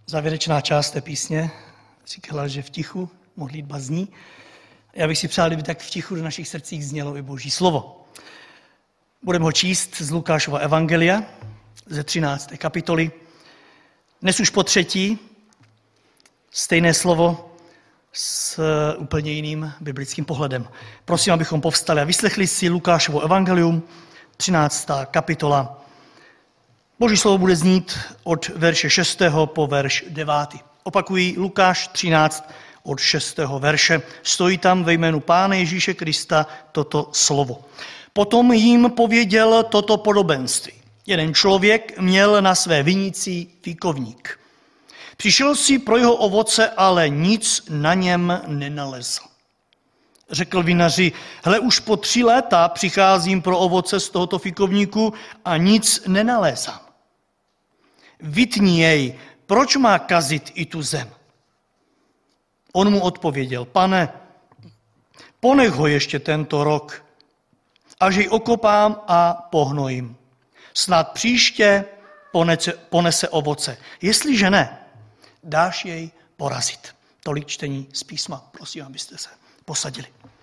Závěrečná část té písně říkala, že v tichu modlitba zní. Já bych si přál, kdyby tak v tichu do našich srdcích znělo i Boží slovo. Budeme ho číst z Lukášova evangelia ze 13. kapitoly. Dnes už po třetí stejné slovo s úplně jiným biblickým pohledem. Prosím, abychom povstali a vyslechli si Lukášovo evangelium, 13. kapitola. Boží slovo bude znít od verše 6. po verš 9. Opakují Lukáš 13 od 6. verše. Stojí tam ve jménu Pána Ježíše Krista toto slovo. Potom jim pověděl toto podobenství. Jeden člověk měl na své vinici fíkovník. Přišel si pro jeho ovoce, ale nic na něm nenalezl. Řekl vinaři, hle, už po 3 léta přicházím pro ovoce z tohoto fíkovníku a nic nenalézám. Vytni jej, proč má kazit i tu zem? On mu odpověděl, Pane, ponech ho ještě tento rok, až jej okopám a pohnojím. Snad příště ponese ovoce. Jestliže ne, dáš jej porazit. Tolik čtení z písma. Prosím, abyste se posadili.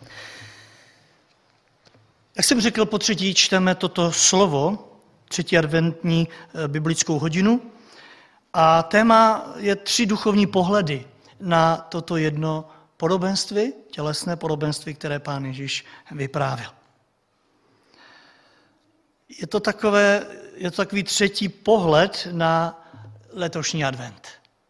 Jak jsem řekl, po třetí čteme toto slovo, 3. adventní biblickou hodinu, a téma je 3 duchovní pohledy na toto jedno podobenství, tělesné podobenství, které Pán Ježíš vyprávěl. Je to takový 3. pohled na letošní advent.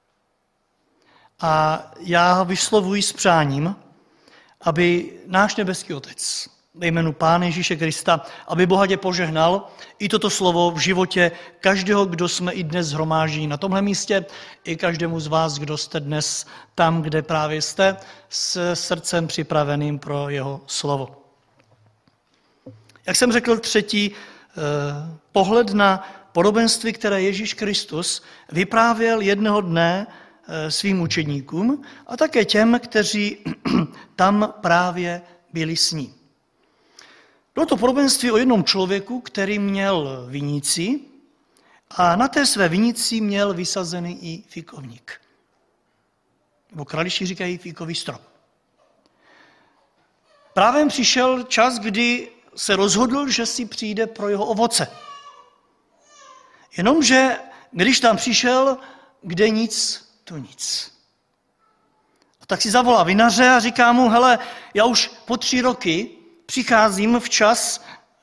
A já ho vyslovuji s přáním, aby náš nebeský Otec ve jménu Pána Ježíše Krista, aby bohatě požehnal i toto slovo v životě každého, kdo jsme i dnes shromážděni na tomhle místě, i každému z vás, kdo jste dnes tam, kde právě jste, s srdcem připraveným pro jeho slovo. Jak jsem řekl, 3. pohled na podobenství, které Ježíš Kristus vyprávěl jednoho dne svým učedníkům a také těm, kteří tam právě byli s ním. Bylo to podobenství o jednom člověku, který měl vinici a na té své vinici měl vysazený i fíkovník. Nebo krališi říkají fíkový strom. Právě přišel čas, kdy se rozhodl, že si přijde pro jeho ovoce. Jenomže, když tam přišel, kde nic, tu nic. A tak si zavolá vinaře a říká mu, hele, já už po 3 roky přicházím včas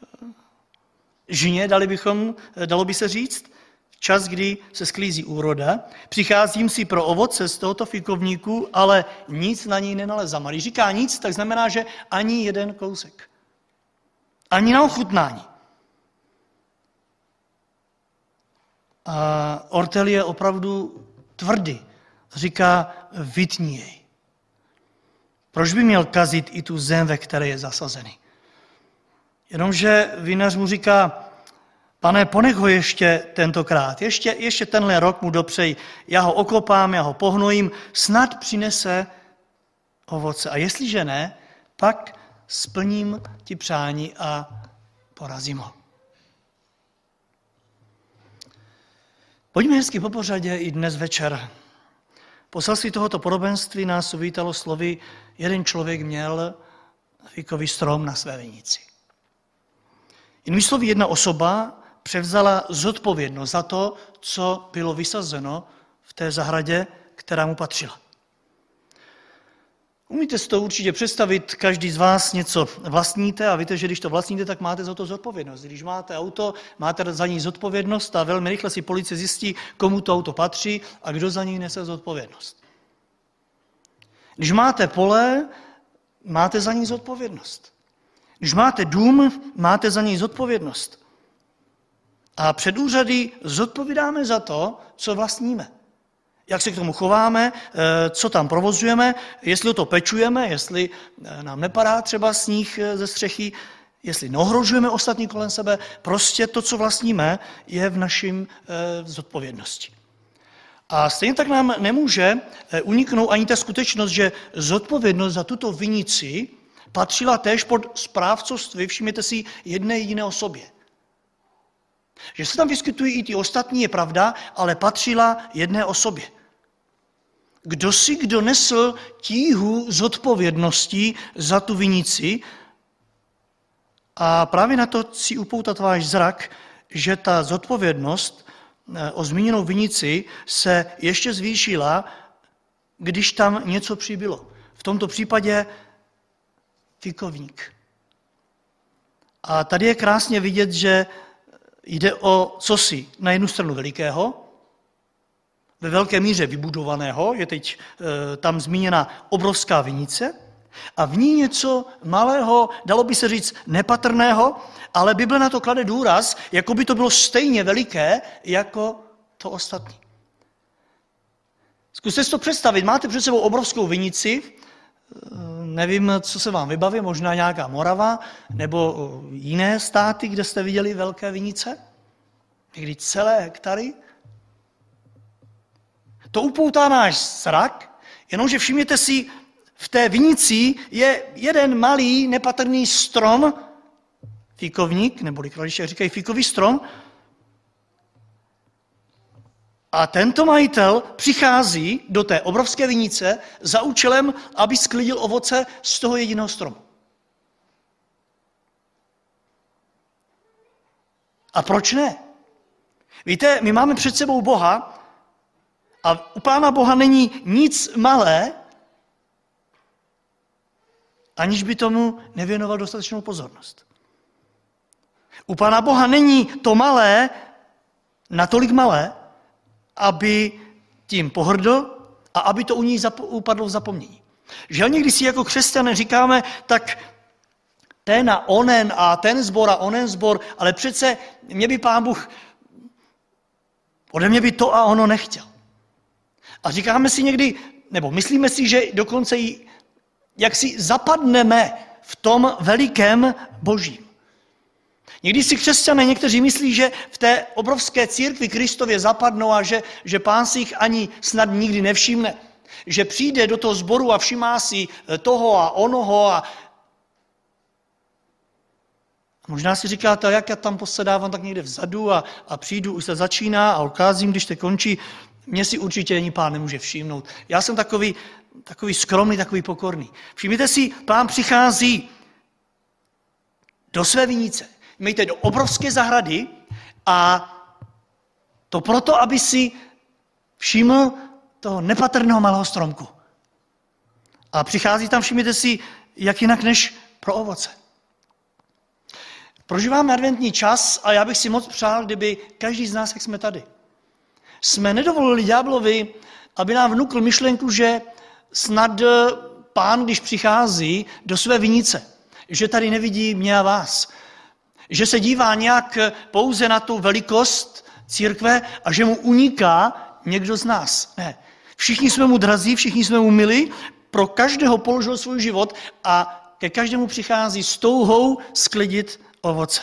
žně, dalo by se říct, čas, kdy se sklízí úroda, přicházím si pro ovoce z tohoto fíkovníku, ale nic na něj nenalezám. A když říká nic, tak znamená, že ani jeden kousek. Ani na ochutnání. A Ortel je opravdu tvrdý. Říká, vytni jej. Proč by měl kazit i tu zem, ve které je zasazený? Jenomže vinař mu říká, Pane, ponech ho ještě tentokrát, ještě tenhle rok mu dopřej, já ho okopám, já ho pohnojím, snad přinese ovoce. A jestliže ne, pak splním ti přání a porazím ho. Pojďme hezky po pořadě i dnes večer. Poselství tohoto podobenství nás uvítalo slovy, jeden člověk měl fíkový strom na své vinici. Jinými slovy, jedna osoba převzala zodpovědnost za to, co bylo vysazeno v té zahradě, která mu patřila. Umíte si to určitě představit, každý z vás něco vlastníte a víte, že když to vlastníte, tak máte za to zodpovědnost. Když máte auto, máte za ní zodpovědnost a velmi rychle si policie zjistí, komu to auto patří a kdo za něj nese zodpovědnost. Když máte pole, máte za ní zodpovědnost. Když máte dům, máte za něj zodpovědnost. A před úřady zodpovídáme za to, co vlastníme. Jak se k tomu chováme, co tam provozujeme, jestli o to pečujeme, jestli nám nepadá třeba sníh ze střechy, jestli neohrožujeme ostatní kolem sebe. Prostě to, co vlastníme, je v našim zodpovědnosti. A stejně tak nám nemůže uniknout ani ta skutečnost, že zodpovědnost za tuto vinici patřila též pod správcovství, všimněte si, jedné jediné osobě. Že se tam vyskytují i ty ostatní, je pravda, ale patřila jedné osobě. Kdo nesl tíhu zodpovědností za tu vinici. A právě na to chci upoutat váš zrak, že ta zodpovědnost o zmíněnou vinici se ještě zvýšila, když tam něco přibylo. V tomto případě fikovník. A tady je krásně vidět, že jde o cosi na jednu stranu velikého, ve velké míře vybudovaného, je teď tam zmíněna obrovská vinice, a v ní něco malého, dalo by se říct nepatrného, ale Bible na to klade důraz, jako by to bylo stejně veliké jako to ostatní. Zkuste si to představit, máte před sebou obrovskou vinici, nevím, co se vám vybaví, možná nějaká Morava, nebo jiné státy, kde jste viděli velké vinice, někdy celé hektary. To upoutá náš zrak, jenomže všimněte si, v té vinici je jeden malý nepatrný strom, fikovník, neboli kraliště říkají fikový strom, a tento majitel přichází do té obrovské vinice za účelem, aby sklidil ovoce z toho jediného stromu. A proč ne? Víte, my máme před sebou Boha a u Pána Boha není nic malé, aniž by tomu nevěnoval dostatečnou pozornost. U Pána Boha není to malé natolik malé, aby tím pohrdl a aby to u ní upadlo v zapomnění. Že někdy si jako křesťané říkáme, tak ten a onen a ten sbor a onen sbor, ale přece mě by Pán Bůh ode mě by to a ono nechtěl. A říkáme si někdy, nebo myslíme si, že dokonce jak si zapadneme v tom velikém Božím. Někdy si křesťané někteří myslí, že v té obrovské církvi Kristově zapadnou a že Pán si jich ani snad nikdy nevšimne. Že přijde do toho sboru a všimá si toho a onoho a možná si říkáte, jak já tam posedávám tak někde vzadu a přijdu, už se začíná a odcházím, když to končí. Mně si určitě ani Pán nemůže všimnout. Já jsem takový skromný, takový pokorný. Všimněte si, Pán přichází do své vinice. Mějte do obrovské zahrady a to proto, aby si všiml toho nepatrného malého stromku. A přichází tam, všimněte si, jak jinak než pro ovoce. Prožíváme adventní čas a já bych si moc přál, kdyby každý z nás, jak jsme tady, jsme nedovolili ďáblovi, aby nám vnukl myšlenku, že snad Pán, když přichází do své vinice, že tady nevidí mě a vás, že se dívá nějak pouze na tu velikost církve a že mu uniká někdo z nás. Ne. Všichni jsme mu drazí, všichni jsme mu milí, pro každého položil svůj život a ke každému přichází s touhou sklidit ovoce.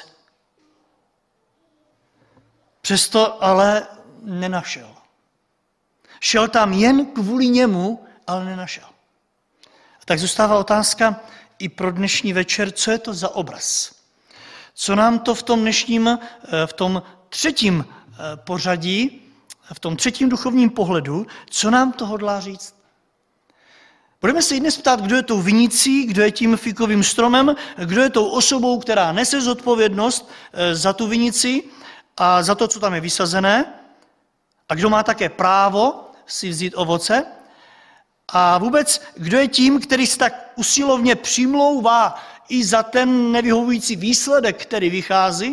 Přesto ale nenašel. Šel tam jen kvůli němu, ale nenašel. A tak zůstává otázka i pro dnešní večer, co je to za obraz. Co nám to v tom třetím pořadí, v tom třetím duchovním pohledu, co nám to hodlá říct? Budeme se i dnes ptát, kdo je tou vinicí, kdo je tím fikovým stromem, kdo je tou osobou, která nese zodpovědnost za tu vinici a za to, co tam je vysazené, a kdo má také právo si vzít ovoce. A vůbec, kdo je tím, který se tak usilovně přimlouvá i za ten nevyhovující výsledek, který vychází,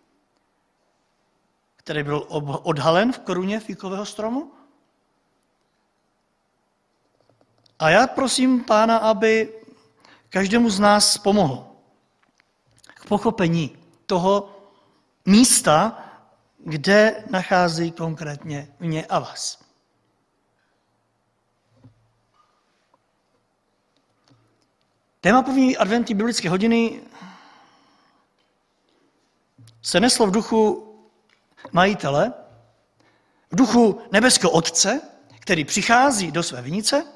který byl odhalen v koruně fikového stromu? A já prosím Pána, aby každému z nás pomohl k pochopení toho místa, kde nachází konkrétně mě a vás. Téma první adventní biblické hodiny se neslo v duchu majitele, v duchu nebeského Otce, který přichází do své vinice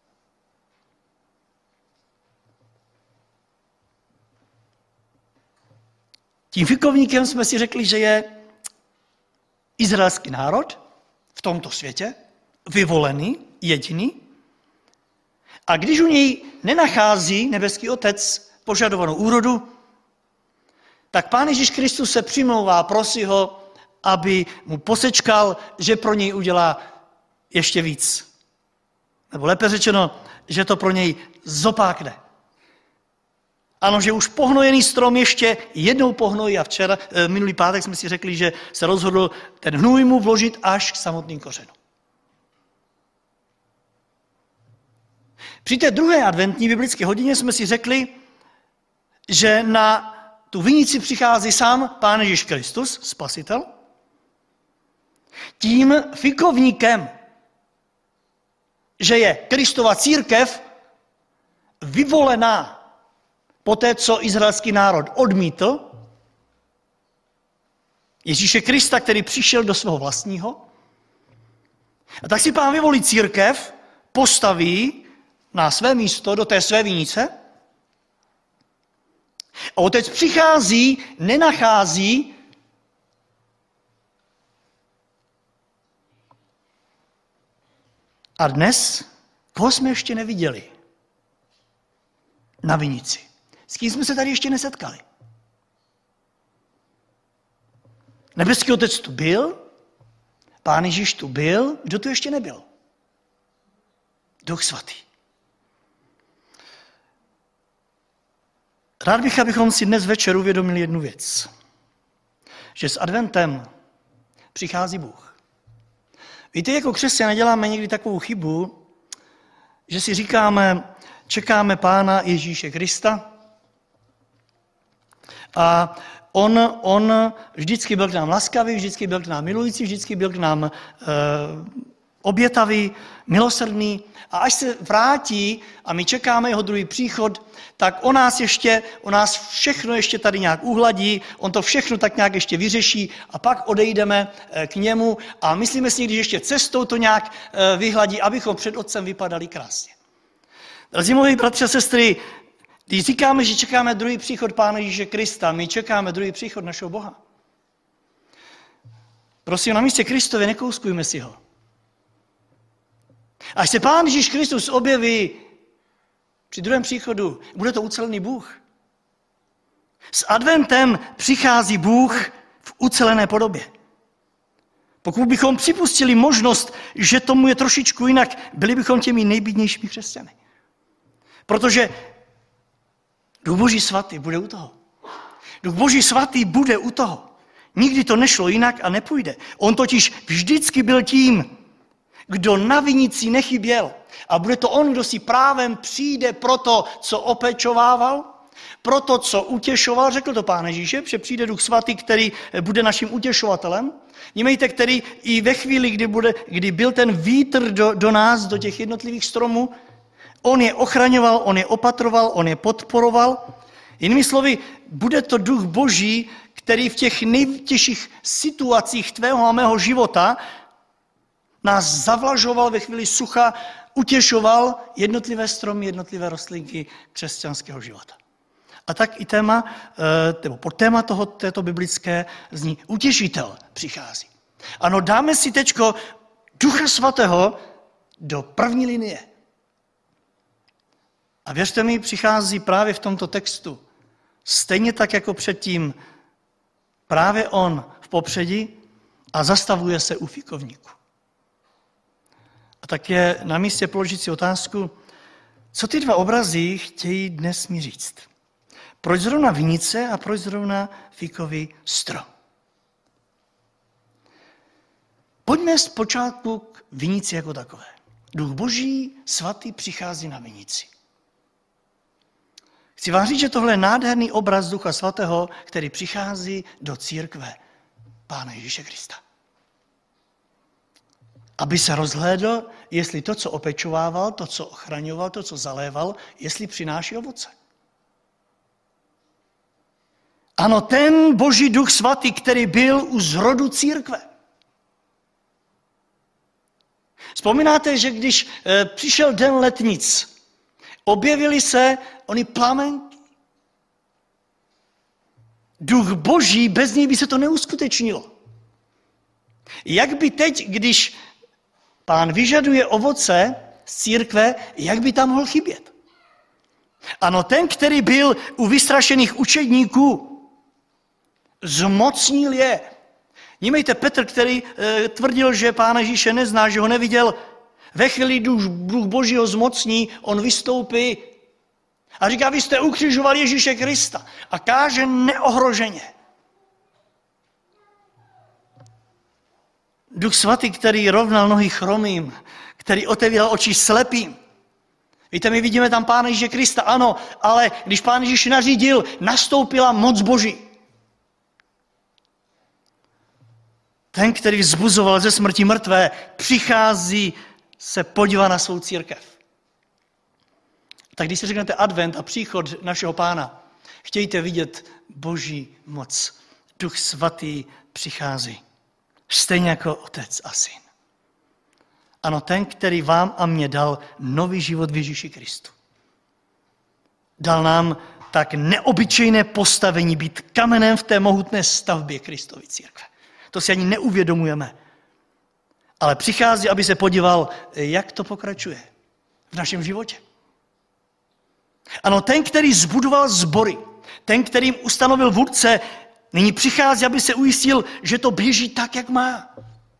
tím fikovníkem jsme si řekli, že je izraelský národ v tomto světě, vyvolený, jediný. A když u něj nenachází nebeský Otec požadovanou úrodu, tak Pán Ježíš Kristus se přimlouvá, prosí ho, aby mu posečkal, že pro něj udělá ještě víc. Nebo lépe řečeno, že to pro něj zopákne. Ano, že už pohnojený strom ještě jednou pohnojí a minulý pátek jsme si řekli, že se rozhodl ten hnůj mu vložit až k samotným kořenům. Při té druhé adventní biblické hodině jsme si řekli, že na tu vinici přichází sám Pán Ježíš Kristus, Spasitel, tím fikovníkem, že je Kristova církev vyvolená po té, co izraelský národ odmítl Ježíše Krista, který přišel do svého vlastního. A tak si Pán vyvolí církev, postaví na své místo do té své vinice. A Otec přichází, nenachází a dnes, koho jsme ještě neviděli na vinici? S kým jsme se tady ještě nesetkali? Nebeský Otec tu byl, Pán Ježíš tu byl, kdo tu ještě nebyl? Duch Svatý. Rád bych, abychom si dnes večer uvědomili jednu věc. Že s adventem přichází Bůh. Víte, jako křesťané děláme někdy takovou chybu, že si říkáme, čekáme Pána Ježíše Krista a on vždycky byl k nám laskavý, vždycky byl k nám milující, vždycky byl k nám obětavý, milosrdný a až se vrátí a my čekáme jeho druhý příchod, tak on nás všechno ještě tady nějak uhladí, on to všechno tak nějak ještě vyřeší a pak odejdeme k němu a myslíme si, když ještě cestou to nějak vyhladí, abychom před Otcem vypadali krásně. Drazí moji bratři a sestry, když říkáme, že čekáme druhý příchod Pána Ježíše Krista, my čekáme druhý příchod našeho Boha. Prosím, na místě Kristově nekouskujme si ho. Až se Pán Ježíš Kristus objeví při druhém příchodu, bude to ucelený Bůh. S adventem přichází Bůh v ucelené podobě. Pokud bychom připustili možnost, že tomu je trošičku jinak, byli bychom těmi nejbídnějšími křesťany. Protože Duch Boží svatý bude u toho. Duch Boží svatý bude u toho. Nikdy to nešlo jinak a nepůjde. On totiž vždycky byl tím, kdo na vinici nechyběl. A bude to on, kdo si právem přijde pro to, co opečovával, pro to, co utěšoval. Řekl to Pán Ježíš, že přijde Duch Svatý, který bude naším utěšovatelem. Vnímejte, který i ve chvíli, kdy byl ten vítr do nás, do těch jednotlivých stromů, on je ochraňoval, on je opatroval, on je podporoval. Jinými slovy, bude to Duch Boží, který v těch nejtěžších situacích tvého a mého života nás zavlažoval ve chvíli sucha, utěšoval jednotlivé stromy, jednotlivé rostlinky křesťanského života. A tak i téma této biblické zní utěšitel přichází. Ano, dáme si teďko Ducha Svatého do první linie. A věřte mi, přichází právě v tomto textu. Stejně tak jako předtím, právě on v popředí a zastavuje se u fikovníku. A tak je na místě položit si otázku, co ty dva obrazy chtějí dnes mi říct. Proč zrovna vinice a proč zrovna fikový strom? Pojďme zpočátku k vinici jako takové. Duch Boží svatý přichází na vinici. Chci vám říct, že tohle je nádherný obraz Ducha Svatého, který přichází do církve Pána Ježíše Krista. Aby se rozhlédl, jestli to, co opečovával, to, co ochraňoval, to, co zaléval, jestli přináší ovoce. Ano, ten Boží Duch Svatý, který byl u zrodu církve. Vzpomínáte, že když přišel den letnic, objevily se ony plamenky. Duch Boží, bez něj by se to neuskutečnilo. Jak by teď, když Pán vyžaduje ovoce z církve, jak by tam mohl chybět. Ano, ten, který byl u vystrašených učedníků, zmocnil je. Nímejte, Petr, který tvrdil, že Pána Ježíše nezná, že ho neviděl, ve chvíli, kdy Duch Boží ho zmocní, on vystoupí a říká, vy jste ukřižovali Ježíše Krista a káže neohroženě. Duch Svatý, který rovnal nohy chromým, který otevíral oči slepým. Víte, my vidíme tam Pána Ježíše Krista, ano, ale když Pán Ježíš nařídil, nastoupila moc Boží. Ten, který vzbuzoval ze smrti mrtvé, přichází se podívat na svou církev. Tak když si řeknete advent a příchod našeho Pána, chtějte vidět Boží moc. Duch Svatý přichází. Stejně jako Otec a Syn. Ano, ten, který vám a mně dal nový život v Ježíši Kristu. Dal nám tak neobyčejné postavení být kamenem v té mohutné stavbě Kristovy církve. To si ani neuvědomujeme. Ale přichází, aby se podíval, jak to pokračuje v našem životě. Ano, ten, který zbudoval sbory, ten, který ustanovil vůdce, nyní přichází, aby se ujistil, že to běží tak, jak má.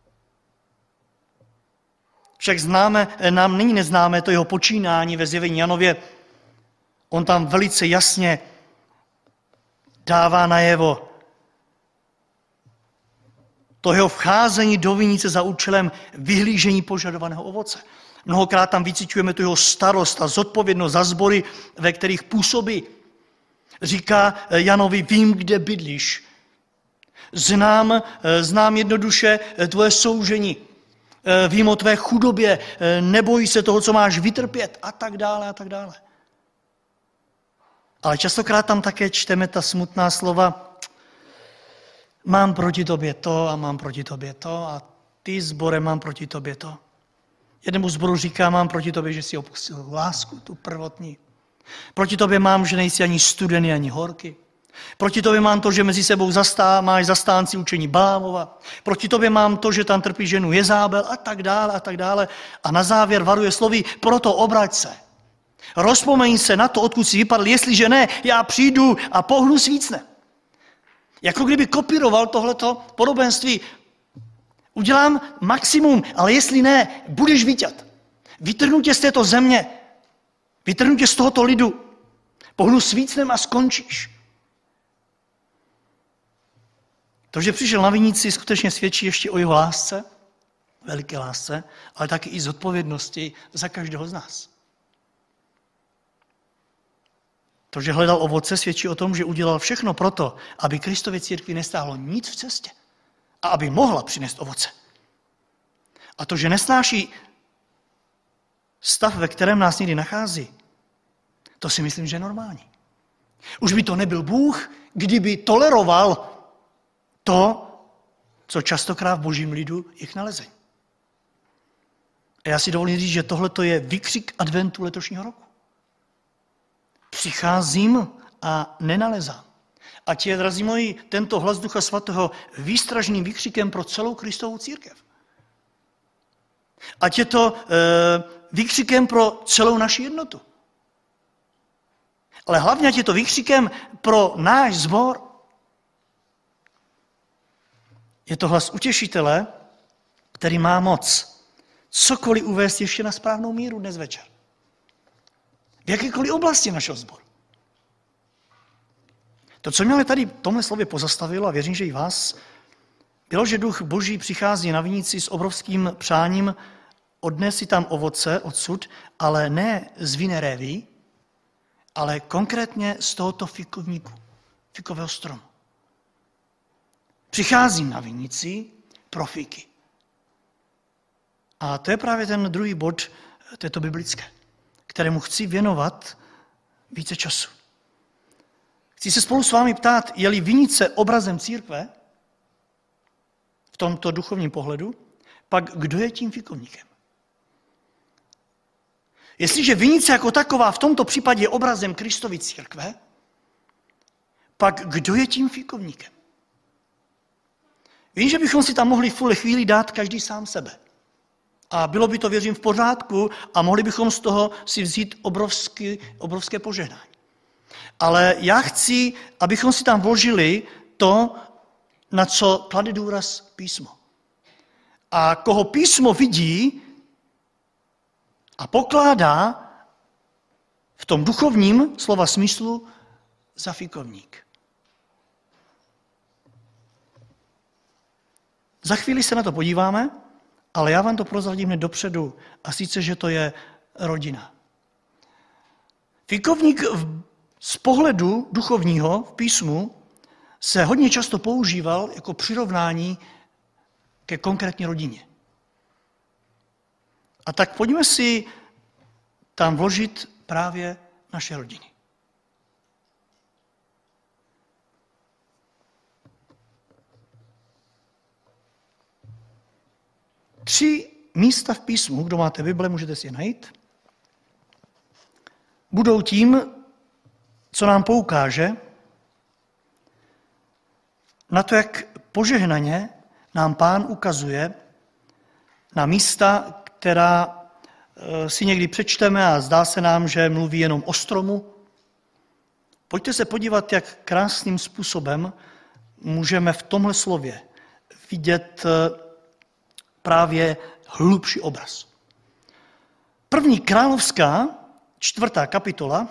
Však nám nyní neznáme to jeho počínání ve Zjevení Janově. On tam velice jasně dává najevo to jeho vcházení do vinice za účelem vyhlížení požadovaného ovoce. Mnohokrát tam vycíťujeme tu jeho starost a zodpovědnost za sbory, ve kterých působí. Říká Janovi, vím, kde bydlíš. Znám jednoduše tvoje soužení. Vím o tvé chudobě, neboj se toho, co máš vytrpět a tak dále a tak dále. Ale častokrát tam také čteme ta smutná slova, mám proti tobě to a mám proti tobě to a ty sbore mám proti tobě to. Jednému sboru říká, mám proti tobě, že jsi opustil lásku, tu prvotní. Proti tobě mám, že nejsi ani studený, ani horký. Proti tobě mám to, že mezi sebou máš zastánci učení Balámova. Proti tobě mám to, že tam trpí ženu Jezábel a tak dále a tak dále. A na závěr varuje sloví, proto obrať se. Rozpomeň se na to, odkud jsi vypadl, jestliže ne, já přijdu a pohnu svícne. Jako kdyby kopíroval tohleto podobenství. Udělám maximum, ale jestli ne, budeš vítět. Vytrhnu tě z této země, vytrhnu tě z tohoto lidu, pohnu svícnem a skončíš. To, že přišel na vinici, skutečně svědčí ještě o jeho lásce, veliké lásce, ale taky i zodpovědnosti za každého z nás. To, že hledal ovoce, svědčí o tom, že udělal všechno proto, aby Kristově církvi nestáhlo nic v cestě a aby mohla přinést ovoce. A to, že nesnáší stav, ve kterém nás někdy nachází, to si myslím, že je normální. Už by to nebyl Bůh, kdyby toleroval to, co častokrát v božím lidu jich naleze. A já si dovolím říct, že tohle je výkřik adventu letošního roku. Přicházím a nenalezám. Ať je, drazí moji, tento hlas Ducha Svatého výstražným výkřikem pro celou Kristovu církev. Ať je to výkřikem pro celou naši jednotu. Ale hlavně ať je to výkřikem pro náš sbor. Je to hlas utěšitele, který má moc cokoliv uvést ještě na správnou míru dnes večer. V jakékoliv oblasti našeho sboru. To, co mě ale tady v tomhle slově pozastavilo, a věřím, že i vás, bylo, že Duch Boží přichází na vinici s obrovským přáním odnést si tam ovoce odsud, ale ne z vinné révy, ale konkrétně z tohoto fikovníku, fikového stromu. Přicházím na vinici pro fiky. A to je právě ten druhý bod této biblické, kterému chci věnovat více času. Chci se spolu s vámi ptát, je-li vinice obrazem církve v tomto duchovním pohledu, pak kdo je tím fikovníkem? Jestliže vinice jako taková v tomto případě je obrazem Kristovy církve, pak kdo je tím fikovníkem? Vím, že bychom si tam mohli v chvíli dát každý sám sebe. A bylo by to, věřím, v pořádku a mohli bychom z toho si vzít obrovské požehnání. Ale já chci, abychom si tam vložili to, na co klade důraz písmo. A koho písmo vidí a pokládá v tom duchovním slova smyslu za fikovník. Za chvíli se na to podíváme, ale já vám to prozradím hned dopředu, a sice, že to je rodina. Fikovník z pohledu duchovního v písmu se hodně často používal jako přirovnání ke konkrétní rodině. A tak pojďme si tam vložit právě naše rodiny. Tři místa v písmu, kdo máte Bible, můžete si je najít, budou tím, co nám poukáže na to, jak požehnaně nám Pán ukazuje na místa, která si někdy přečteme a zdá se nám, že mluví jenom o stromu. Pojďte se podívat, jak krásným způsobem můžeme v tomhle slově vidět právě hlubší obraz. 1. královská, 4. kapitola,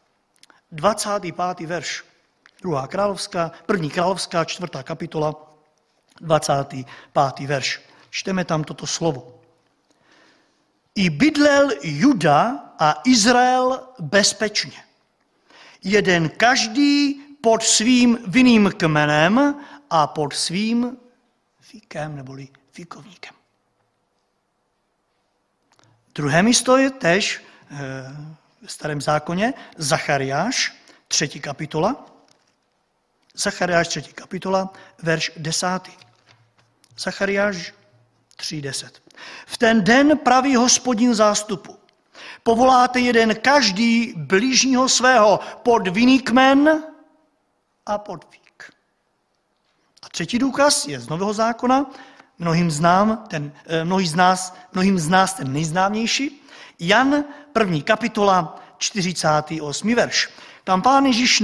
25. verš. 1. královská, 4. kapitola, 25. verš. Čteme tam toto slovo. I bydlel Juda a Izrael bezpečně. Jeden každý pod svým vinným kmenem a pod svým fíkem neboli fíkovníkem. Druhé místo je též v Starém zákoně Zachariáš, 3. kapitola. Zachariáš, 3. kapitola, verš 10. Zachariáš 3:10. V ten den praví Hospodin zástupu. Povoláte jeden každý blížního svého pod vinný kmen a pod fík. A třetí důkaz je z Nového zákona, mnohým z nás ten nejznámější. Jan, 1. kapitola, 48. verš. Tam Pán Ježíš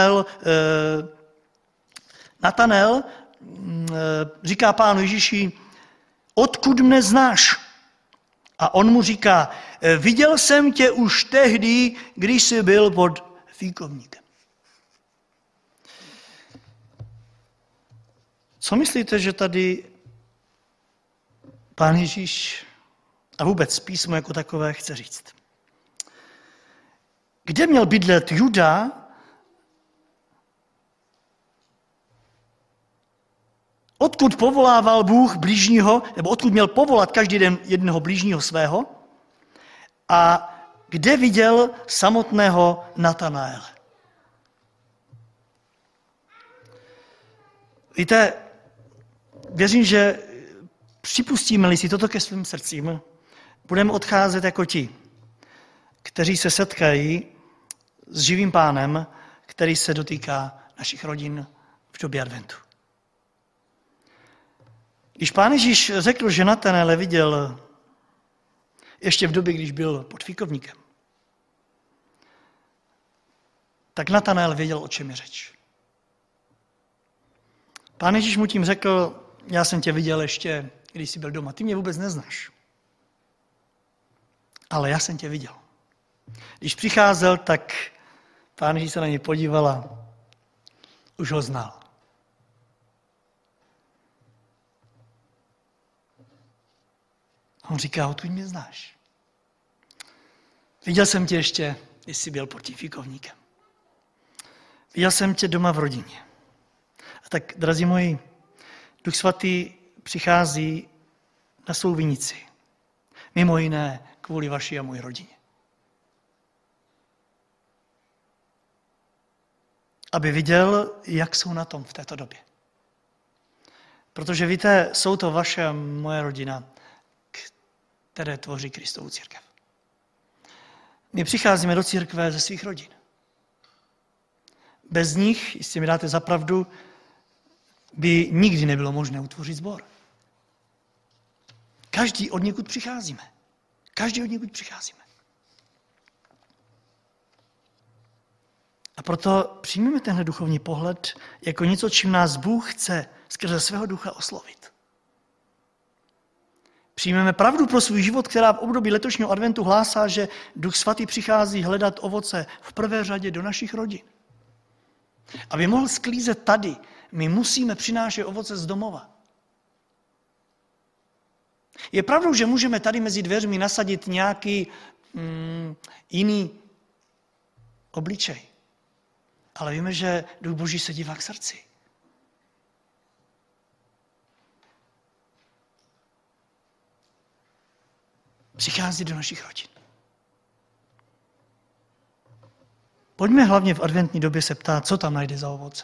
Natanel říká Pánu Ježíši, odkud mne znáš? A on mu říká, viděl jsem tě už tehdy, když jsi byl pod fíkovníkem. Co myslíte, že tady Pán Ježíš a vůbec písmo jako takové chce říct? Kde měl bydlet Juda, odkud povolával Bůh blížního, nebo odkud měl povolat každý den jednoho blížního svého, a kde viděl samotného Natanaele? Víte, věřím, že připustíme-li si toto ke svým srdcím, budeme odcházet jako ti, kteří se setkají s živým Pánem, který se dotýká našich rodin v době adventu. Když Pán Ježíš řekl, že Natanaele viděl ještě v době, když byl pod fíkovníkem, tak Natanael věděl, o čem je řeč. Pán Ježíš mu tím řekl, já jsem tě viděl ještě, když jsi byl doma. Ty mě vůbec neznáš. Ale já jsem tě viděl. Když přicházel, tak Pán Ježíš se na něj podíval a už ho znal. On říká, odkud mě znáš. Viděl jsem tě ještě, když jsi byl pod tím fíkovníkem. Viděl jsem tě doma v rodině. A tak, drazí moji, Duch Svatý přichází na svou vinici. Mimo jiné kvůli vaší a mojí rodině. Aby viděl, jak jsou na tom v této době. Protože víte, jsou to vaše a moje rodina, které tvoří Kristovu církev. My přicházíme do církve ze svých rodin. Bez nich, jestli mi dáte za pravdu, by nikdy nebylo možné utvořit sbor. Každý od někud přicházíme. Každý od někud přicházíme. A proto přijmeme tenhle duchovní pohled jako něco, čím nás Bůh chce skrze svého ducha oslovit. Přijmeme pravdu pro svůj život, která v období letošního adventu hlásá, že Duch Svatý přichází hledat ovoce v prvé řadě do našich rodin. Aby mohl sklízet tady, my musíme přinášet ovoce z domova. Je pravdou, že můžeme tady mezi dveřmi nasadit nějaký jiný obličej. Ale víme, že Duch Boží se dívá k srdci. Přichází do našich rodin. Pojďme hlavně v adventní době se ptát, co tam najde za ovoce.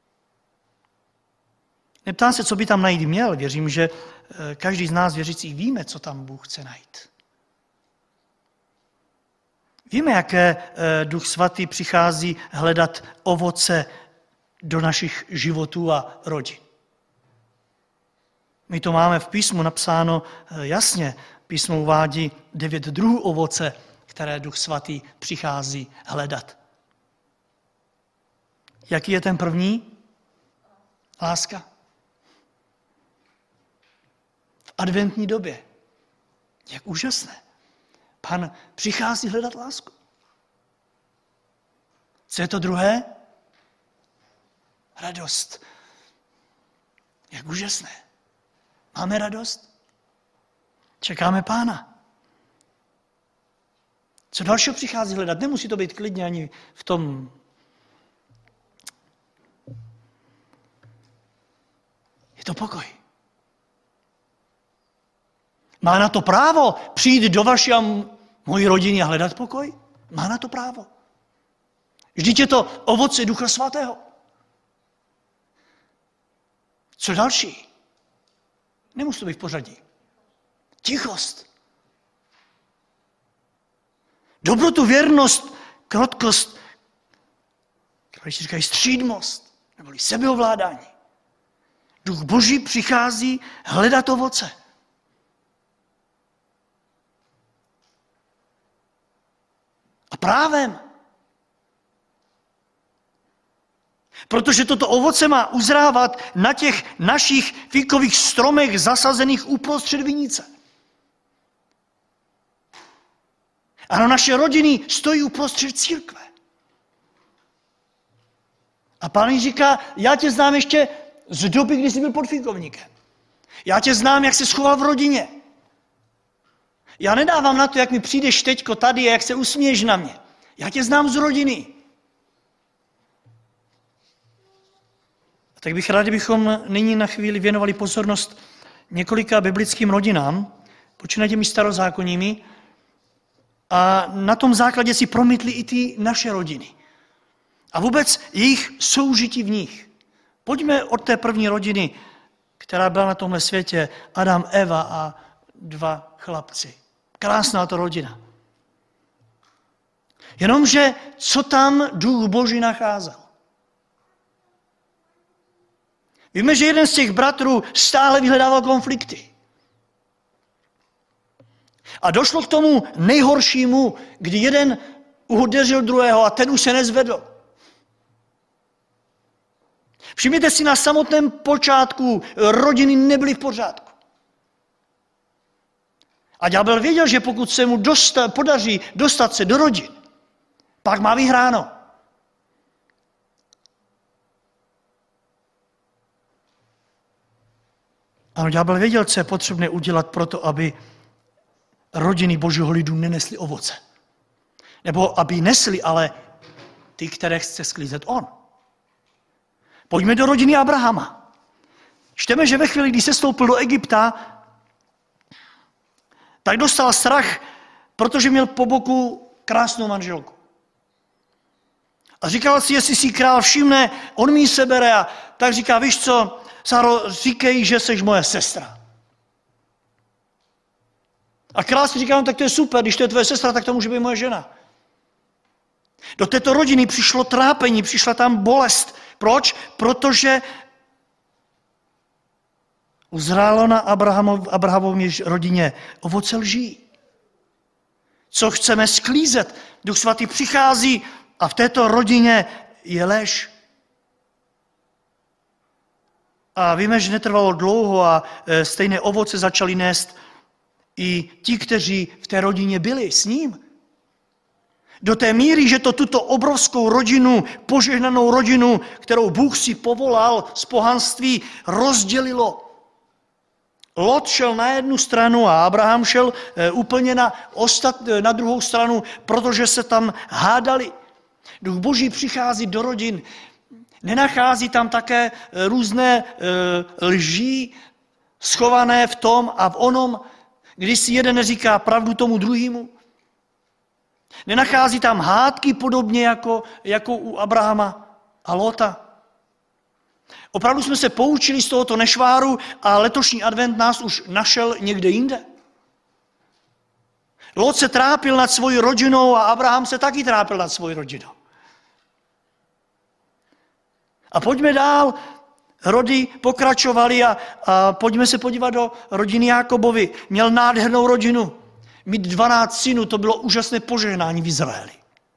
Neptám se, co by tam najít měl. Věřím, že každý z nás věřících víme, co tam Bůh chce najít. Víme, jaké Duch Svatý přichází hledat ovoce do našich životů a rodin. My to máme v písmu napsáno jasně. Písmo uvádí 9 druhů ovoce, které Duch Svatý přichází hledat. Jaký je ten první? Láska. V adventní době. Jak úžasné. Pán přichází hledat lásku. Co je to druhé? Radost. Jak úžasné. Máme radost? Čekáme Pána. Co dalšího přichází hledat? Nemusí to být klidně ani v tom. Je to pokoj. Má na to právo přijít do vaší a mojí rodiny a hledat pokoj? Má na to právo. Vždyť je to ovoce Ducha Svatého. Co další? Nemusí to být v pořadí. Tichost. Dobrotu, věrnost, krotkost, když si říkají střídmost, neboli sebeovládání. Duch Boží přichází hledat ovoce. A právem. Protože toto ovoce má uzrávat na těch našich fíkových stromech zasazených uprostřed vinice. Ano, naše rodiny stojí uprostřed církve. A Pán říká, já tě znám ještě z doby, kdy jsi byl podfíkovníkem. Já tě znám, jak jsi schoval v rodině. Já nedávám na to, jak mi přijdeš teďko tady a jak se usměješ na mě. Já tě znám z rodiny. A tak bych rád, kdybychom nyní na chvíli věnovali pozornost několika biblickým rodinám, počínaje těmi starozákonními, a na tom základě si promítli i ty naše rodiny. A vůbec jejich soužití v nich. Pojďme od té první rodiny, která byla na tomhle světě, Adam, Eva a 2 chlapci. Krásná to rodina. Jenomže co tam Duch Boží nacházel? Víme, že jeden z těch bratrů stále vyhledával konflikty. A došlo k tomu nejhoršímu, kdy jeden udeřil druhého a ten už se nezvedl. Všimněte si, na samotném počátku rodiny nebyly v pořádku. A ďábel věděl, že pokud se mu podaří dostat se do rodin, pak má vyhráno. Ano, ďábel věděl, co je potřebné udělat pro to, aby rodiny Božího lidu nenesly ovoce. Nebo aby nesly, ale ty, které chce sklízet on. Pojďme do rodiny Abrahama. Čteme, že ve chvíli, kdy se stoupil do Egypta, tak dostal strach, protože měl po boku krásnou manželku. A říkal si, jestli si král všimne, on mi sebere a tak říká, víš co, Sáro, říkej, že seš moje sestra. A král si říká, no tak to je super, když to je tvoje sestra, tak to může být moje žena. Do této rodiny přišlo trápení, přišla tam bolest. Proč? Protože Uzrálo na Abrahamově rodině ovoce lží. Co chceme sklízet? Duch svatý přichází a v této rodině je lež. A víme, že netrvalo dlouho a stejné ovoce začali nést i ti, kteří v té rodině byli s ním. Do té míry, že to tuto obrovskou rodinu, požehnanou rodinu, kterou Bůh si povolal z pohanství, rozdělilo. Lot šel na jednu stranu a Abraham šel úplně na druhou stranu, protože se tam hádali. Duch Boží přichází do rodin. Nenachází tam také různé lži schované v tom a v onom, když si jeden neříká pravdu tomu druhému. Nenachází tam hádky podobně jako u Abrahama a Lota. Opravdu jsme se poučili z tohoto nešváru a letošní advent nás už našel někde jinde. Lot se trápil nad svojí rodinou a Abraham se taky trápil nad svojí rodinou. A pojďme dál, rody pokračovaly a pojďme se podívat do rodiny Jákobovi. Měl nádhernou rodinu. Mít 12 synů, to bylo úžasné požehnání v Izraeli.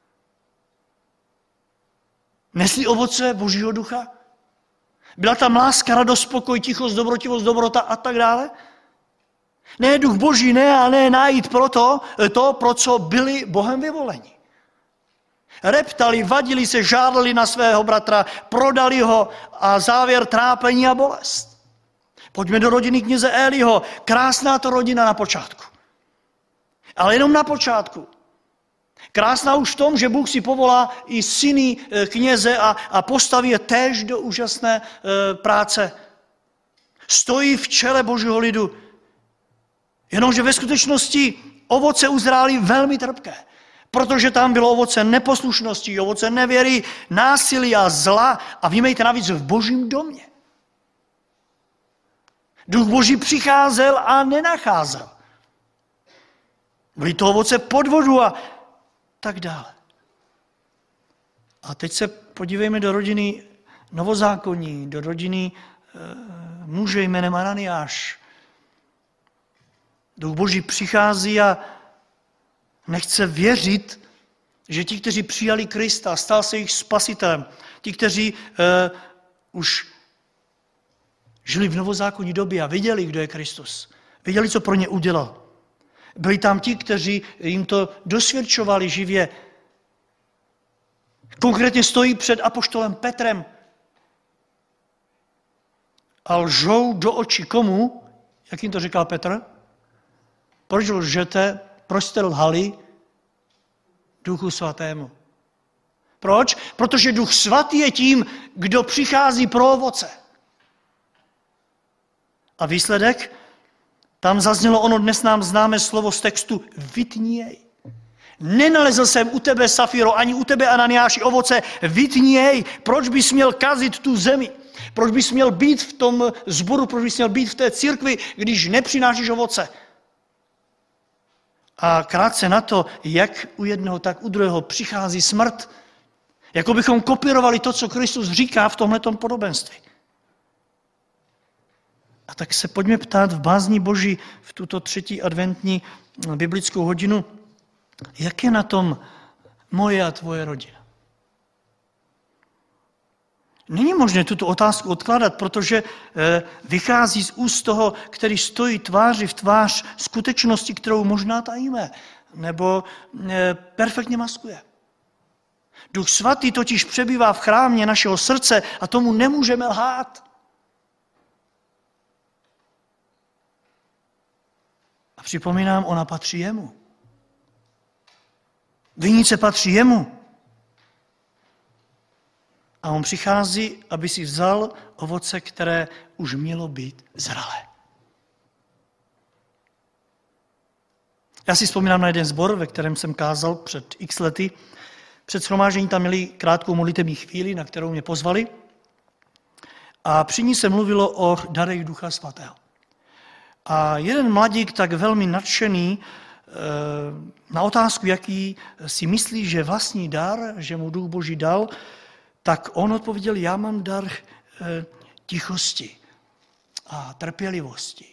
Nesli ovoce Božího ducha? Byla tam láska, radost, spokoj, tichost, dobrotivost, dobrota a tak dále? Ne, duch Boží, ne a ne najít pro co byli Bohem vyvoleni. Reptali, vadili se, žádali na svého bratra, prodali ho a závěr trápení a bolest. Pojďme do rodiny kněze Eliho. Krásná to rodina na počátku. Ale jenom na počátku. Krásná už v tom, že Bůh si povolá i syny kněze a postaví je též do úžasné práce. Stojí v čele Božího lidu. Jenomže ve skutečnosti ovoce uzrály velmi trpké. Protože tam bylo ovoce neposlušnosti, ovoce nevěry, násilí a zla a vnímejte navíc v Božím domě. Duch Boží přicházel a nenacházel. Byly to ovoce podvodu a tak dále. A teď se podívejme do rodiny novozákonní, do rodiny muže jménem Ananiáš. Duch Boží přichází a nechce věřit, že ti, kteří přijali Krista, stal se jejich spasitelem, ti, kteří už žili v novozákonní době a viděli, kdo je Kristus, viděli, co pro ně udělal. Byli tam ti, kteří jim to dosvědčovali živě. Konkrétně stojí před apoštolem Petrem a lžou do očí komu? Jak jim to říkal Petr? Proč lžete? Proč jste lhali Duchu Svatému? Proč? Protože Duch Svatý je tím, kdo přichází pro ovoce. A výsledek? Tam zaznělo ono dnes nám známé slovo z textu vytni jej. Nenalezl jsem u tebe, Safiro, ani u tebe, Ananiáši, ovoce, vytni jej. Proč bys měl kazit tu zemi? Proč bys měl být v tom sboru, proč bys měl být v té církvi, když nepřinášíš ovoce? A krátce na to, jak u jednoho, tak u druhého přichází smrt. Jako bychom kopírovali to, co Kristus říká v tomhletom podobenství. A tak se pojďme ptát v bázni Boží v tuto 3. adventní biblickou hodinu, jak je na tom moje a tvoje rodina. Není možné tuto otázku odkládat, protože vychází z úst toho, který stojí tváři v tvář skutečnosti, kterou možná tajíme, nebo perfektně maskuje. Duch Svatý totiž přebývá v chrámě našeho srdce a tomu nemůžeme lhát. A připomínám, ona patří jemu. Vinice patří jemu. A on přichází, aby si vzal ovoce, které už mělo být zralé. Já si vzpomínám na jeden sbor, ve kterém jsem kázal před x lety. Před shromážděním tam měli krátkou modlitební chvíli, na kterou mě pozvali. A při ní se mluvilo o darech Ducha Svatého. A jeden mladík, tak velmi nadšený, na otázku, jaký si myslí, že vlastní dar, že mu Duch Boží dal, tak on odpověděl, já mám dar tichosti. a trpělivosti.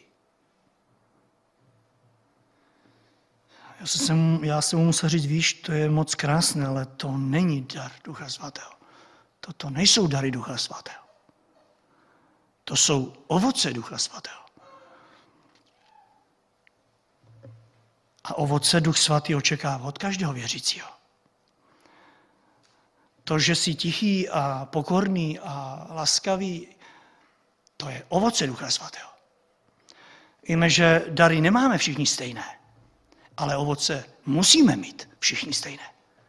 Já jsem mu musel říct, víš, to je moc krásné, ale to není dar Ducha Svatého. To nejsou dary Ducha Svatého. To jsou ovoce Ducha Svatého. A ovoce Duch Svatý očekává od každého věřícího. To, že jsi tichý a pokorný a laskavý, to je ovoce Ducha Svatého. Víme, že dary nemáme všichni stejné, ale ovoce musíme mít všichni stejné.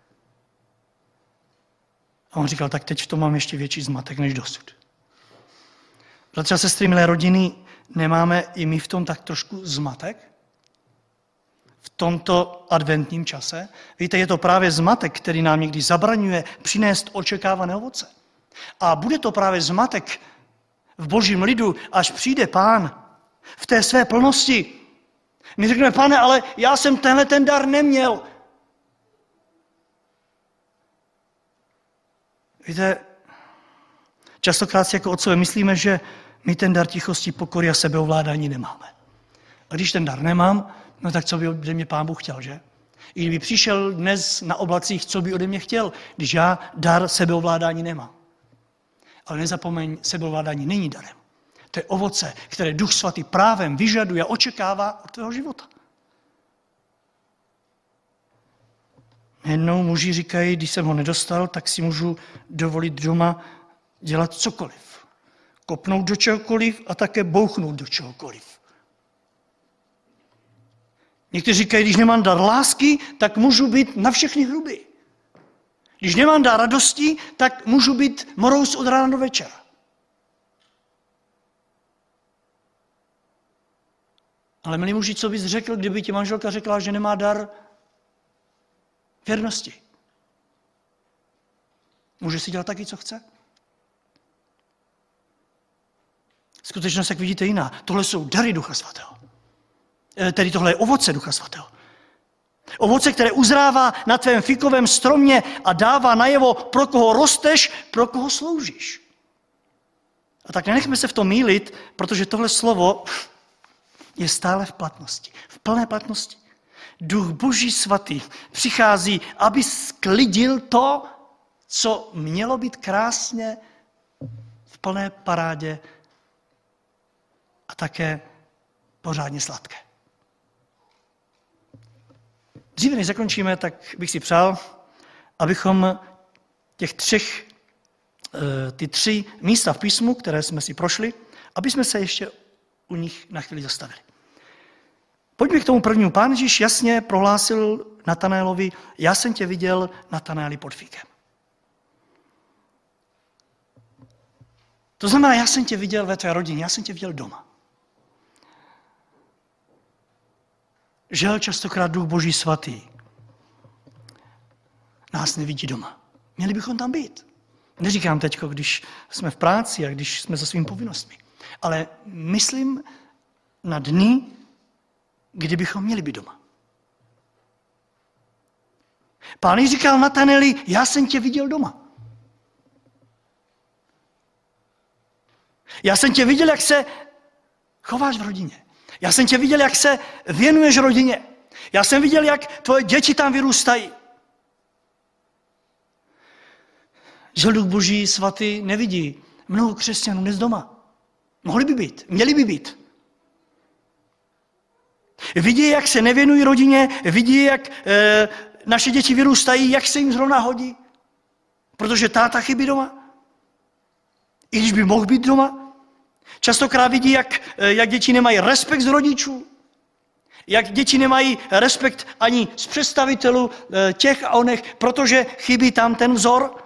A on říkal, tak teď v tom mám ještě větší zmatek než dosud. Bratři a sestry, milé rodiny, nemáme i my v tom tak trošku zmatek? V tomto adventním čase? Víte, je to právě zmatek, který nám někdy zabraňuje přinést očekávané ovoce. A bude to právě zmatek v Božím lidu, až přijde Pán v té své plnosti. My řekneme, Pane, ale já jsem tenhle ten dar neměl. Víte, častokrát si jako otcové myslíme, že my ten dar tichosti, pokory a sebeovládání nemáme. A když ten dar nemám, no tak co by ode mě Pán Bůh chtěl, že? I kdyby přišel dnes na oblacích, co by ode mě chtěl, když já dar sebeovládání nemám. Ale nezapomeň, sebeovládání není darem. To je ovoce, které Duch Svatý právem vyžaduje a očekává od tvého života. Jednou muži říkají, když jsem ho nedostal, tak si můžu dovolit doma dělat cokoliv. Kopnout do čehokoliv a také bouchnout do čehokoliv. Někteří říkají, když nemám dar lásky, tak můžu být na všechny hrubý. Když nemám dar radosti, tak můžu být morous od rána do večera. Ale milí muži, co bys řekl, kdyby ti manželka řekla, že nemá dar věrnosti? Může si dělat taky, co chce? Skutečnost, jak vidíte, jiná. Tohle jsou dary Ducha Svatého. Tedy tohle je ovoce Ducha Svatého. Ovoce, které uzrává na tvém fikovém stromě a dává najevo, pro koho rosteš, pro koho sloužíš. A tak nenechme se v tom mýlit, protože tohle slovo je stále v platnosti. V plné platnosti. Duch Boží Svatý přichází, aby sklidil to, co mělo být krásně v plné parádě a také pořádně sladké. Dříve než zakončíme, tak bych si přál, abychom ty tři místa v písmu, které jsme si prošli, aby jsme se ještě u nich na chvíli zastavili. Pojďme k tomu prvnímu. Pán Ježíš jasně prohlásil Natanaelovi, já jsem tě viděl, Natanaeli, pod fíkem. To znamená, já jsem tě viděl ve tvé rodině, já jsem tě viděl doma. Žel častokrát Duch Boží Svatý nás nevidí doma. Měli bychom tam být. Neříkám teď, když jsme v práci a když jsme za svými povinnostmi. Ale myslím na dny, kdy bychom měli být doma. Pán Ježíš říkal Natanaeli, já jsem tě viděl doma. Já jsem tě viděl, jak se chováš v rodině. Já jsem tě viděl, jak se věnuješ rodině. Já jsem viděl, jak tvoje děti tam vyrůstají. Že Duch Boží Svatý nevidí mnoho křesťanů dnes doma. Mohli by být, měli by být. Vidí, jak se nevěnují rodině, vidí, jak naše děti vyrůstají, jak se jim zrovna hodí. Protože táta chybí doma. I když by mohl být doma. Častokrát vidí, jak děti nemají respekt z rodičů. Jak děti nemají respekt ani z představitelů těch a onech, protože chybí tam ten vzor.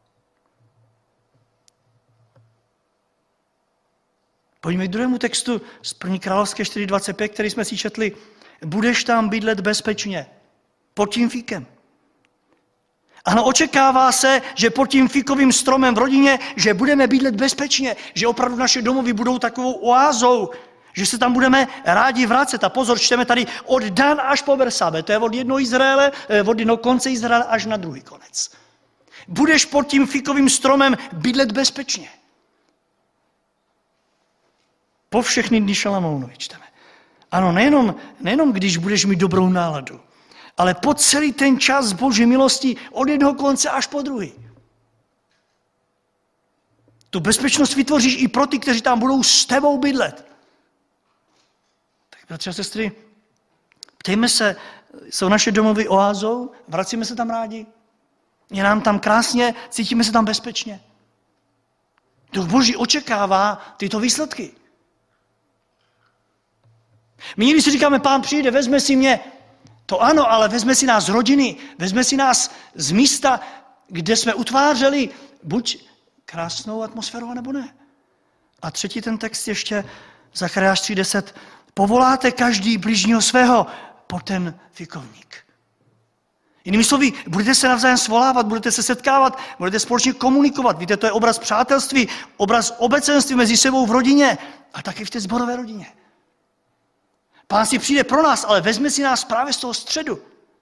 Pojďme k druhému textu z 1. Královské 4.25, který jsme si četli. Budeš tam bydlet bezpečně, pod tím fíkem. Ano, očekává se, že pod tím fíkovým stromem v rodině, že budeme bydlet bezpečně, že opravdu naše domovy budou takovou oázou, že se tam budeme rádi vracet. A pozor, čteme tady od Dan až po Bersabe, to je od jednoho konce Izraele až na druhý konec. Budeš pod tím fíkovým stromem bydlet bezpečně. Po všechny dny Šalamounovi čteme. Ano, nejenom když budeš mít dobrou náladu, ale po celý ten čas Boží milosti od jednoho konce až po druhý. Tu bezpečnost vytvoříš i pro ty, kteří tam budou s tebou bydlet. Tak bratři a sestry, ptejme se, jsou naše domovy oázou? Vracíme se tam rádi? Je nám tam krásně? Cítíme se tam bezpečně? Duch Boží očekává tyto výsledky. My někdy si říkáme, Pán přijde, vezme si mě. To ano, ale vezme si nás z rodiny, vezme si nás z místa, kde jsme utvářeli buď krásnou atmosféru, nebo ne. A třetí ten text ještě, Zachariáš 3:10. Povoláte každý bližního svého po ten fikovník. Jinými slovy, budete se navzájem svolávat, budete se setkávat, budete společně komunikovat. Víte, to je obraz přátelství, obraz obecenství mezi sebou v rodině a taky v té sborové rodině. Pán si přijde pro nás, ale vezme si nás právě z toho středu.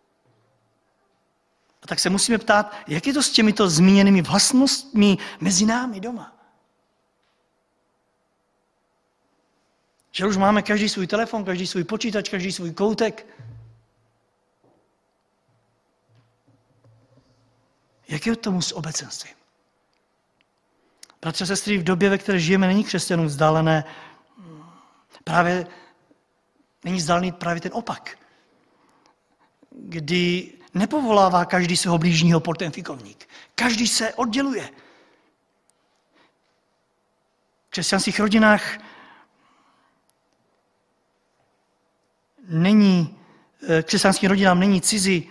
A tak se musíme ptát, jak je to s těmito zmíněnými vlastnostmi mezi námi doma. Že už máme každý svůj telefon, každý svůj počítač, každý svůj koutek. Jak je tomu s obecenstvím? Bratře a sestry, v době, ve které žijeme, není křesťanům vzdálené není vzdálený právě ten opak. Kdy nepovolává každý svého blížního pod ten fikovník. Každý se odděluje. V křesťanských rodinách křesťanským rodinám není cizí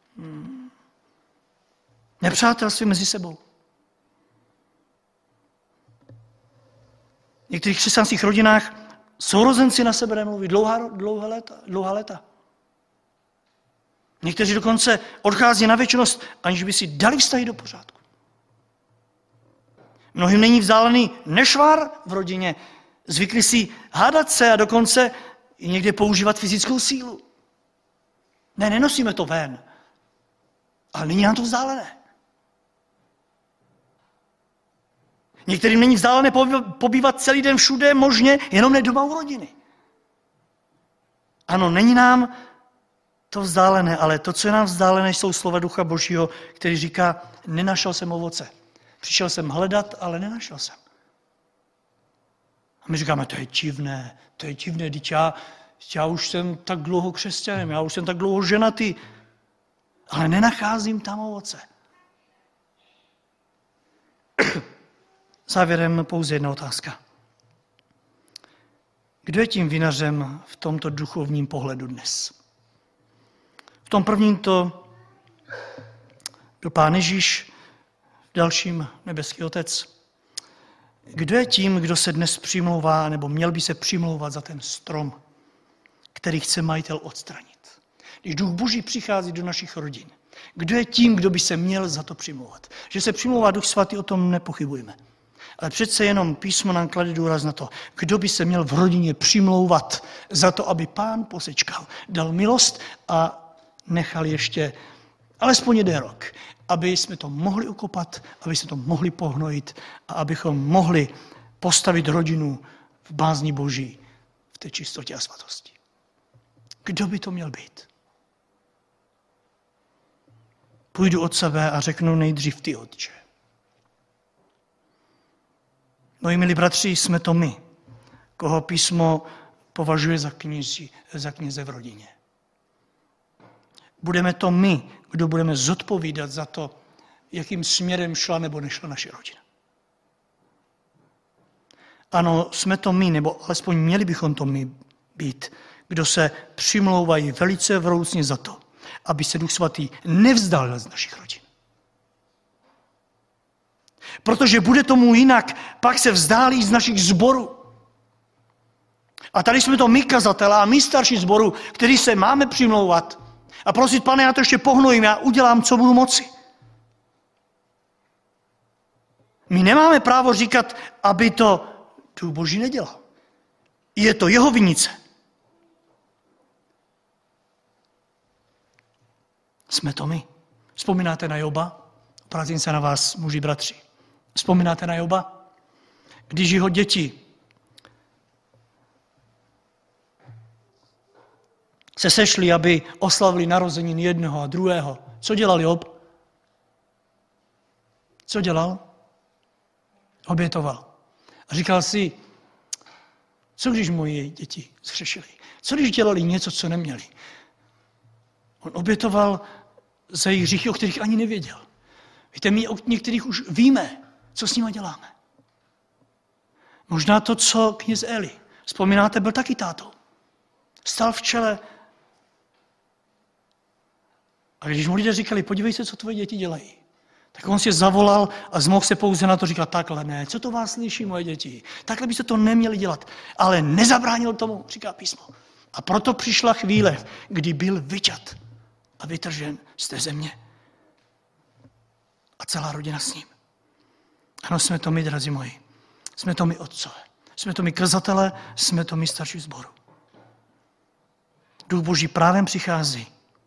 nepřátelství mezi sebou. V některých křesťanských rodinách sourozenci na sebe nemluví dlouhá léta. Někteří dokonce odchází na věčnost, aniž by si dali vztahy do pořádku. Mnohým není vzdálený nešvar v rodině. Zvykli si hádat se a dokonce i někde používat fyzickou sílu. Ne, nenosíme to ven. Ale není nám to vzdálené. Některým není vzdálené pobývat celý den všude, možně, jenom ne doma u rodiny. Ano, není nám to vzdálené, ale to, co je nám vzdálené, jsou slova Ducha Božího, který říká, nenašel jsem ovoce. Přišel jsem hledat, ale nenašel jsem. A my říkáme, to je divné, vždyť já už jsem tak dlouho křesťanem, já už jsem tak dlouho ženatý, ale nenacházím tam ovoce. Závěrem pouze jedna otázka. Kdo je tím vinařem v tomto duchovním pohledu dnes? V tom prvním to byl Pán Ježíš, v dalším nebeský Otec. Kdo je tím, kdo se dnes přimlouvá, nebo měl by se přimlouvat za ten strom, který chce majitel odstranit? Když Duch Boží přichází do našich rodin, kdo je tím, kdo by se měl za to přimlouvat? Že se přimlouvá Duch Svatý, o tom nepochybujeme. Ale přece jenom písmo nám klade důraz na to, kdo by se měl v rodině přimlouvat za to, aby Pán posečkal, dal milost a nechal ještě alespoň 1 rok, aby jsme to mohli ukopat, aby jsme to mohli pohnojit a abychom mohli postavit rodinu v bázni Boží, v té čistotě a svatosti. Kdo by to měl být? Půjdu od sebe a řeknu nejdřív ty, Otče. Moji milí bratři, jsme to my, koho písmo považuje za kněze v rodině. Budeme to my, kdo budeme zodpovídat za to, jakým směrem šla nebo nešla naše rodina. Ano, jsme to my, nebo alespoň měli bychom to my být, kdo se přimlouvají velice vroucně za to, aby se Duch Svatý nevzdálil z našich rodin. Protože bude tomu jinak, pak se vzdálí z našich sborů. A tady jsme to my kazatelé a my starší sboru, kteří se máme přimlouvat a prosit, Pane, já to ještě pohnojím, já udělám, co budu moci. My nemáme právo říkat, aby to Duch Boží nedělal. Je to jeho vinice. Jsme to my. Vzpomínáte na Joba? Obracím se na vás, muži, bratři. Vzpomínáte na Joba? Když jeho děti se sešli, aby oslavili narozeniny jednoho a druhého. Co dělal Job? Co dělal? Obětoval. A říkal si, co když moje děti zhřešily? Co když dělali něco, co neměli? On obětoval za jejich hříchy, o kterých ani nevěděl. Víte, my o některých už víme, co s nimi děláme. Možná to, co kněz Eli, vzpomínáte, byl taky tátou. Stal v čele. A když mu lidé říkali, podívej se, co tvoje děti dělají, tak on si zavolal a zmohl se pouze na to říkat, takhle ne, co to vás slyší, moje děti? Takhle byste to neměli dělat. Ale nezabránil tomu, říká písmo. A proto přišla chvíle, kdy byl vyťat a vytržen z té země. A celá rodina s ním. Ano, jsme to my, drazí moji. Jsme to my otcové. Jsme to my kazatelé, jsme to my starší sboru. Duch Boží právem přichází.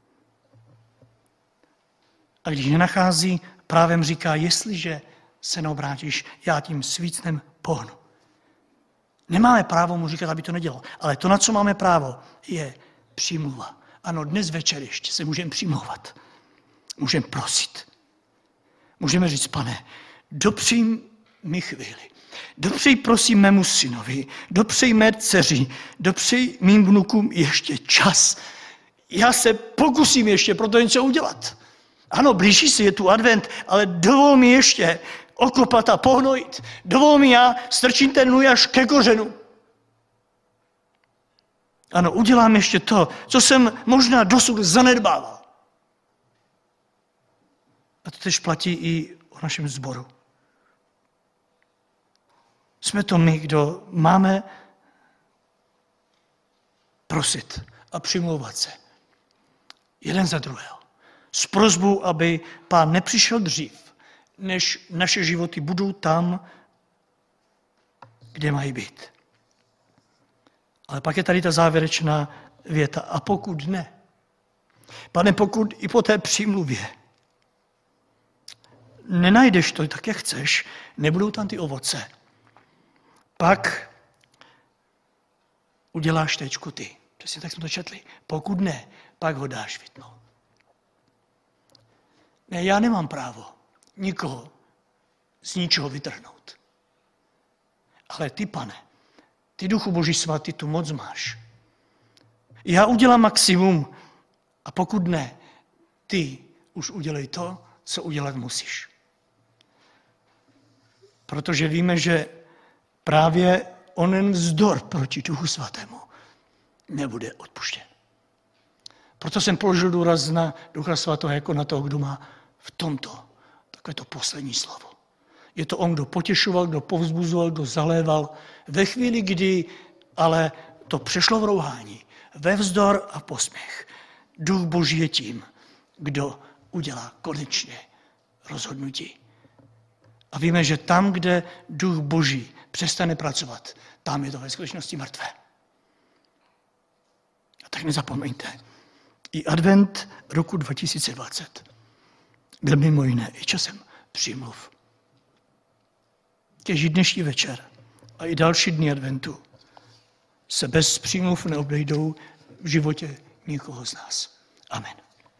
A když nenachází, právem říká, jestliže se neobrátíš, já tím svícnem pohnu. Nemáme právo mu říkat, aby to nedělal. Ale to, na co máme právo, je přímluva. Ano, dnes večer ještě se můžeme přimlouvat. Můžeme prosit. Můžeme říct, Pane, dopřij mi chvíli. Dopřej prosím mému synovi, dopřej mé dceři, dopřej mým vnukům ještě čas. Já se pokusím ještě pro to něco udělat. Ano, blíží se, je tu advent, ale dovol mi ještě okopat a pohnojit. Dovol mi, já strčím ten nůj až ke kořenu. Ano, udělám ještě to, co jsem možná dosud zanedbával. A to tež platí i o našem sboru. Jsme to my, kdo máme prosit a přimlouvat se. Jeden za druhého. S prosbou, aby Pán nepřišel dřív, než naše životy budou tam, kde mají být. Ale pak je tady ta závěrečná věta. A pokud ne, Pane, pokud i po té přímluvě nenajdeš to tak, jak chceš, nebudou tam ty ovoce, pak uděláš téčku ty. Přesně tak jsme to četli. Pokud ne, pak ho dáš vytnout. Ne, já nemám právo nikoho z ničeho vytrhnout. Ale ty, Pane, ty, Duchu Boží svatý, tu moc máš. Já udělám maximum a pokud ne, ty už udělej to, co udělat musíš. Protože víme, že právě onen vzdor proti Duchu Svatému nebude odpuštěn. Proto jsem položil důraz na Ducha Svatého jako na toho, kdo má v tomto takové to poslední slovo. Je to on, kdo potěšoval, kdo povzbuzoval, kdo zaléval. Ve chvíli, kdy ale to přešlo v rouhání, ve vzdor a posměch, Duch Boží je tím, kdo udělá konečně rozhodnutí. A víme, že tam, kde Duch Boží přestane pracovat, tam je to ve skutečnosti mrtvé. A tak nezapomeňte, i advent roku 2020 byl mimo jiné i časem přímluv. Kež dnešní večer a i další dny adventu se bez přímluv neobejdou v životě nikoho z nás. Amen.